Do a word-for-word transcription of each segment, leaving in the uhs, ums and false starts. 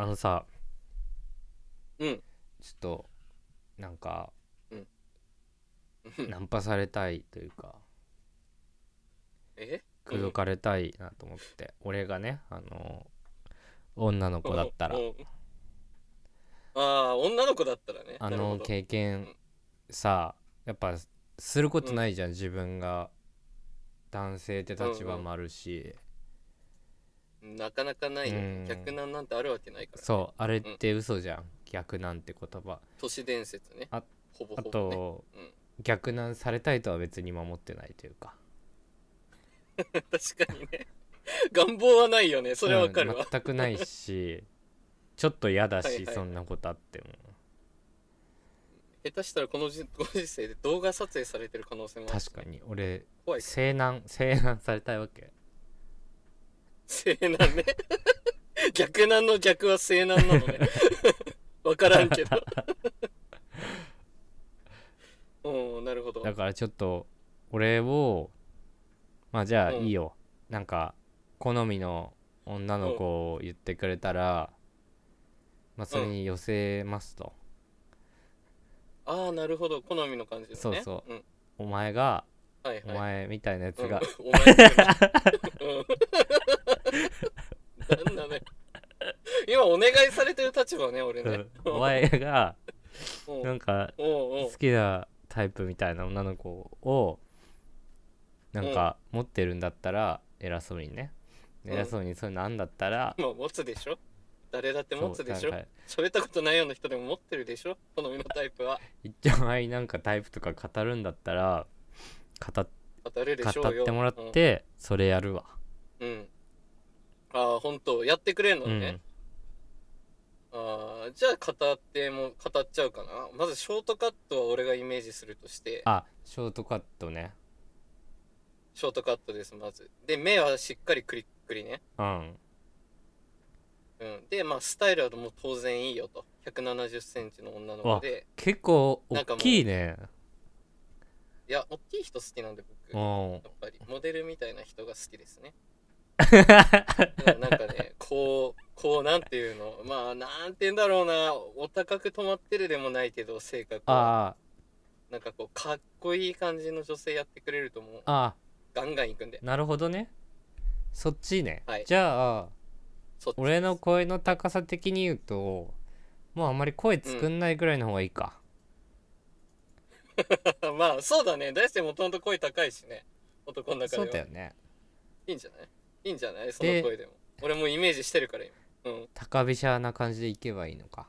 あのさ、 うん。 ちょっとなんかうん。うん。 ナンパされたいというかえうん。 口説かれたいなと思って、俺がね、あの女の子だったら、 うん。ああ、女の子だったらね。 あのなるほど。 経験うん。 さ、やっぱするこうん。 とないじゃん。自分が男性って立場うん。 もあるし。 うん。なかなかなういよね。 ん。 逆なんなんてあるわけないからね。 そう、あれっうん。 て嘘じゃん、逆なんて言葉。 都市伝説ね。 あほぼあほぼね。 と、 うん。 逆難されたいとは別に守ってないというか。 確かにね。願望はないよね。それはわかうん、 るわ。 全くないし、ちょっと嫌だし、 はいはいはい。 そんなことあっても。 下手したらこのじご時世で動画撮影されてる可能性もあるしね。 確かに俺、 怖いから。 西難西難されたいわけ。 西南ね。逆難の逆は西南なのね。わからんけど。うん、なるほど。 だからちょっと俺を、まあじゃあうん。 いいよ、なんか好みの女のうん。 子を言ってくれたら、まあそれうん。 に寄せますと。 ああ、なるほど。好みの感じのね。 そうそうん。 う、お前がおはいはい。 前みたいなやうん。 つがお前って言うな。うん。なんだね。今お願いされてる立場ね、俺ね。 うん、お前がうん。 なんかうん。 好きなタイプみたいな女の子をなうん。 んか持ってるんだったら、偉そうにね、 うん。 偉そうにそういうのあんだったら、 まあ、持つでしょ。誰だって持つでしょ。 そうなんか喋ったことないような人でも持ってるでしょ。好みのタイプは。 一丁前になんかタイプとか語るんだったら、語っ当たるでしょうよ。 語ってもらっうん。 てそれやるわ。 うん。ああ、本当やってくれんのね。 うん。 ああ、じゃあ語っても、語っちゃうかな。まずショートカットは俺がイメージするとして、 あ、ショートカットね。 ショートカットです、まず。で、目はしっかりクリックリね。 うん。 うん。で、まあ、スタイルはもう当然いいよと。ひゃくななじゅっセンチの女の子わ、 で、 結構大なんかもう、 きいね。 いや、大きい人好きなんで僕、 うん。 やっぱり、モデルみたいな人が好きですね。だからなんかね、こう、こう、なんていうの、まあ、なんて言うんだろうな、お高く止まってるでもないけど、性格は。 あなんかこう、かっこいい感じの女性やってくれるともう、 あ、あ、 ガンガン行くんで。 なるほどね。そっちね。 はい。 じゃあそっち俺のです。 声の高さ的に言うと、もうあんまり声作うん。 んないぐらいの方がいいか。 まあ、そうだね。大輔もともと声高いしね。男の中そうでは。 だよね。 いいんじゃないいいんじゃないそので、 声でも。俺もイメージしてるから今。うん。 高飛車な感じでいけばいいのか。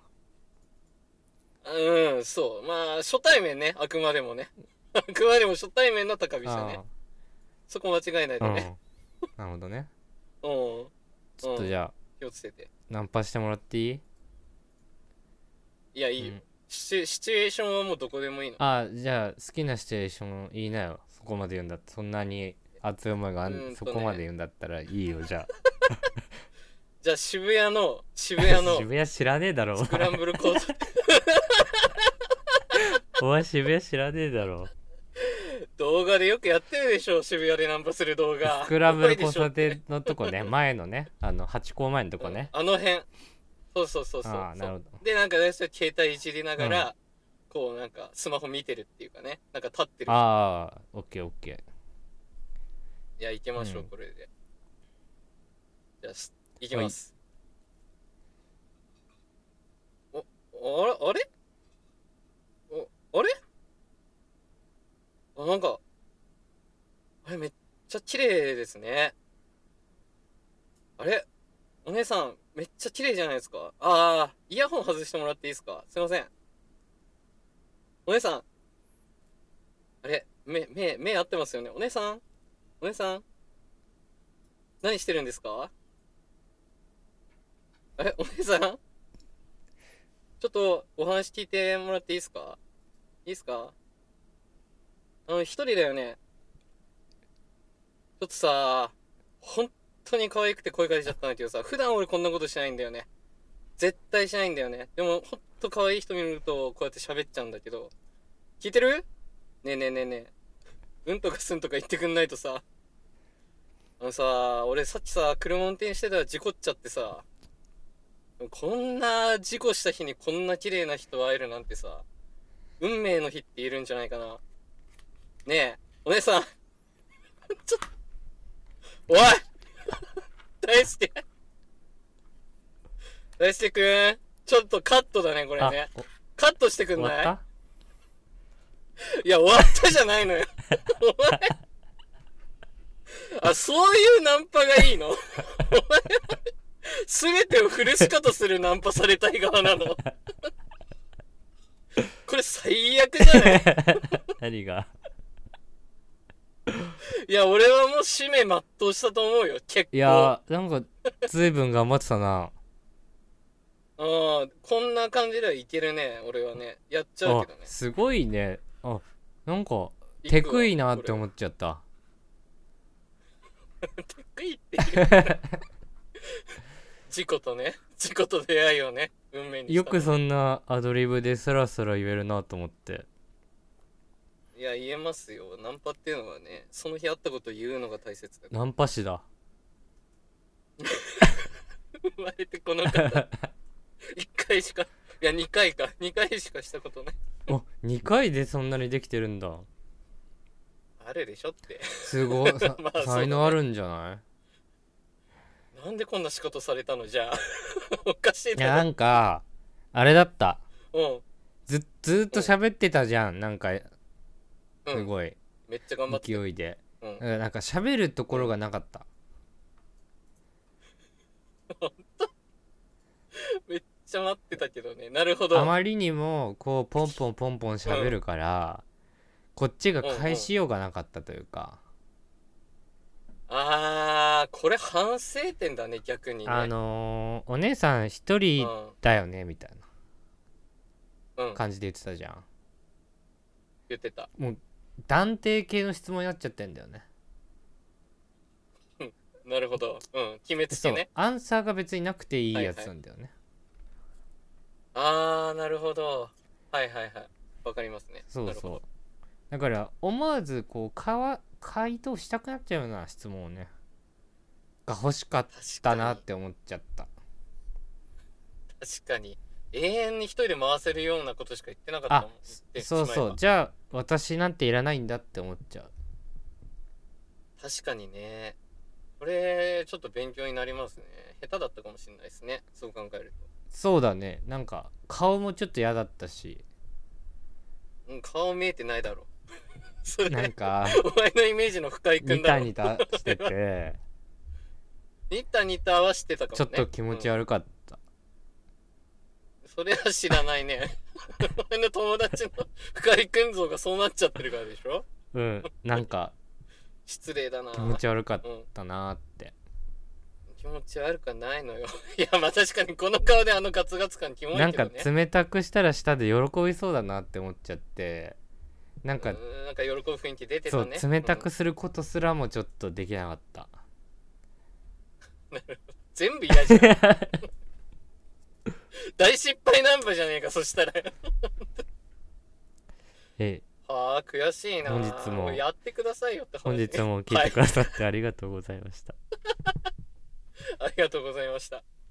うん、そう。まあ、初対面ね。あくまでもね。あくまでも初対面の高飛車ね。 あそこ間違えないあ、うでね。 ん。なるほどね。 うん。 ちょっうん。 とじゃあ気をつけて。 ナンパしてもらっていい？ いや、いいよ。 うん。 シチュ、シチュエーションはもうどこでもいいの。 あ、じゃあ好きなシチュエーション言いなよ。そこまで言うんだって、そんなに熱い思いがあうん、 ーんとね。 そこまで言うんだったらいいよ、じゃじゃあ渋谷の、渋あ。 谷の渋谷知らねえだろ、おスクラン前。 ブル交差お前渋谷知らねえだろ。 動画でよくやってるでしょ。渋谷でナンパする動画。 スクランブル怖いで交差しょって。 点のとこね、前のね、あの、ハチ公前のとうん。 こね。 あの辺。そうそうそうそう。 ああ、なそるほど。 う。で、なんか大体携帯いじりなうん。 がら、こうなんかスマホ見てるっていうかね。なんか立ってる人。 ああ、オッケーオッケいや、行きー。うましょう、 ん。 これで。じゃあ、す行きはい。 ます。お、あれあれお、あれあ、なんか、あれめっちゃ綺麗ですね。あれお姉さん、めっちゃ綺麗じゃないですか。ああ、イヤホン外してもらっていいですかすいません。お姉さん、あれ目、目、目合ってますよね。お姉さんお姉さん何してるんですかあれお姉さんちょっとお話聞いてもらっていいですかいいですかあの、一人だよね。ちょっとさ、本当に可愛くて声かけちゃったんだけどさ、普段俺こんなことしないんだよね。絶対しないんだよね。でも、ほんと可愛い人見ると、こうやって喋っちゃうんだけど。聞いてるねえねえねえねえ。うんとかすんとか言ってくんないとさ。あのさ、俺さっきさ、車運転してたら事故っちゃってさ、 こんな事故した日にこんな綺麗な人会えるなんてさ、運命の日って言えるんじゃないかな。ねえ、お姉さん。ちょっと、おい大輔大輔くん、ちょっとカットだね、これね。カットしてくんない？ 終わった？ いや、終わったじゃないのよ。お前、あ、そういうナンパがいいの？お前、すべてをフルスカとするナンパされたい側なの？これ最悪じゃない？ 何が？ いや、俺はもう使命全うしたと思うよ、結構。 いやー、なんかずいぶん頑張ってたな。 ああ、こんな感じではいけるね、俺はね。やっちゃうあけどね。 すごいね。あなんか行くわテクいなって思っちゃった。 テクいっていう事故とね、事故と出会いをね、運命にしたよくそんなアドリブでスラスラ言えるなと思って。 いや、言えますよ。ナンパっていうのはね、その日会ったことを言うのが大切だから。 ナンパ師だ。 生まれてこの方いっかいしか、いやにかいか、にかいしかしたことない。 おにかいでそんなにできてるんだ。 あるでしょって。 すごい、さまあそうだね才能あるんじゃない？ なんでこんな仕事されたのじゃあ。おかしいいやなだろ。 んかあれだった。 うんずずーっと喋ってたじゃん。なんかうん。 すごいめっちゃ頑張ってた。 勢いで。 うんだからなんか喋るところがなかった。 めっちゃ待ってたけどね。なるほど。 あまりにもこうポンポンポンポン喋るから、こっちが返しようがなかったというか、 あー、これ反省点だね、逆にね。 あのーお姉さん一人だよねみたいうん、う。 なん感じで言ってたじゃん。 言ってた。 もう断定系の質問になっちゃってんだよね。 なるほど。うん。決めつそうけね。 アンサーが別になくていいやつなんだよね。 あー、なるほど。はいはいはい。わかりますね。 そうそうなるほど。 だから思わずこうかわ回答したくなっちゃうような質問をねが欲しかったなって思っちゃった。 確かに。永遠に一人で回せるようなことしか言ってなかったもん。 あ言ってそうしまえばそうじゃあ私なんていらないんだって思っちゃう。 確かにね。これ、ちょっと勉強になりますね。下手だったかもしれないですね。そう考えるそうだね。なんか顔もちょっと嫌だったし、 と。うん、顔見えてないだろ。それ、 なんかお前のイメージの深井くんニだろ。 タニタしててニタニタはしてたかもね。 ちょっと気持ちうん悪かった。 それは知らないね。お前の友達の深井くん像がそうなっちゃってるからでしょ。 うんなんか失礼だな。 気持ち悪かっうん。 たなーって。 気持ち悪くはないのよ。いや、まあ確かにこの顔であのガツガツ感キモいけどなんね。 か冷たくしたら舌で喜びそうだなって思っちゃって、なんかうーんなんか喜ぶ雰囲気出てそうたね。 冷たくすることすらもちょっとできなかった。 うん全部嫌じゃん。大失敗ナンパじゃねえか、そしたら。 えはあ、悔しいな。 本日もやってくださいよって話。 本日も聞いてくださってありがとうございました。 ありがとうございました。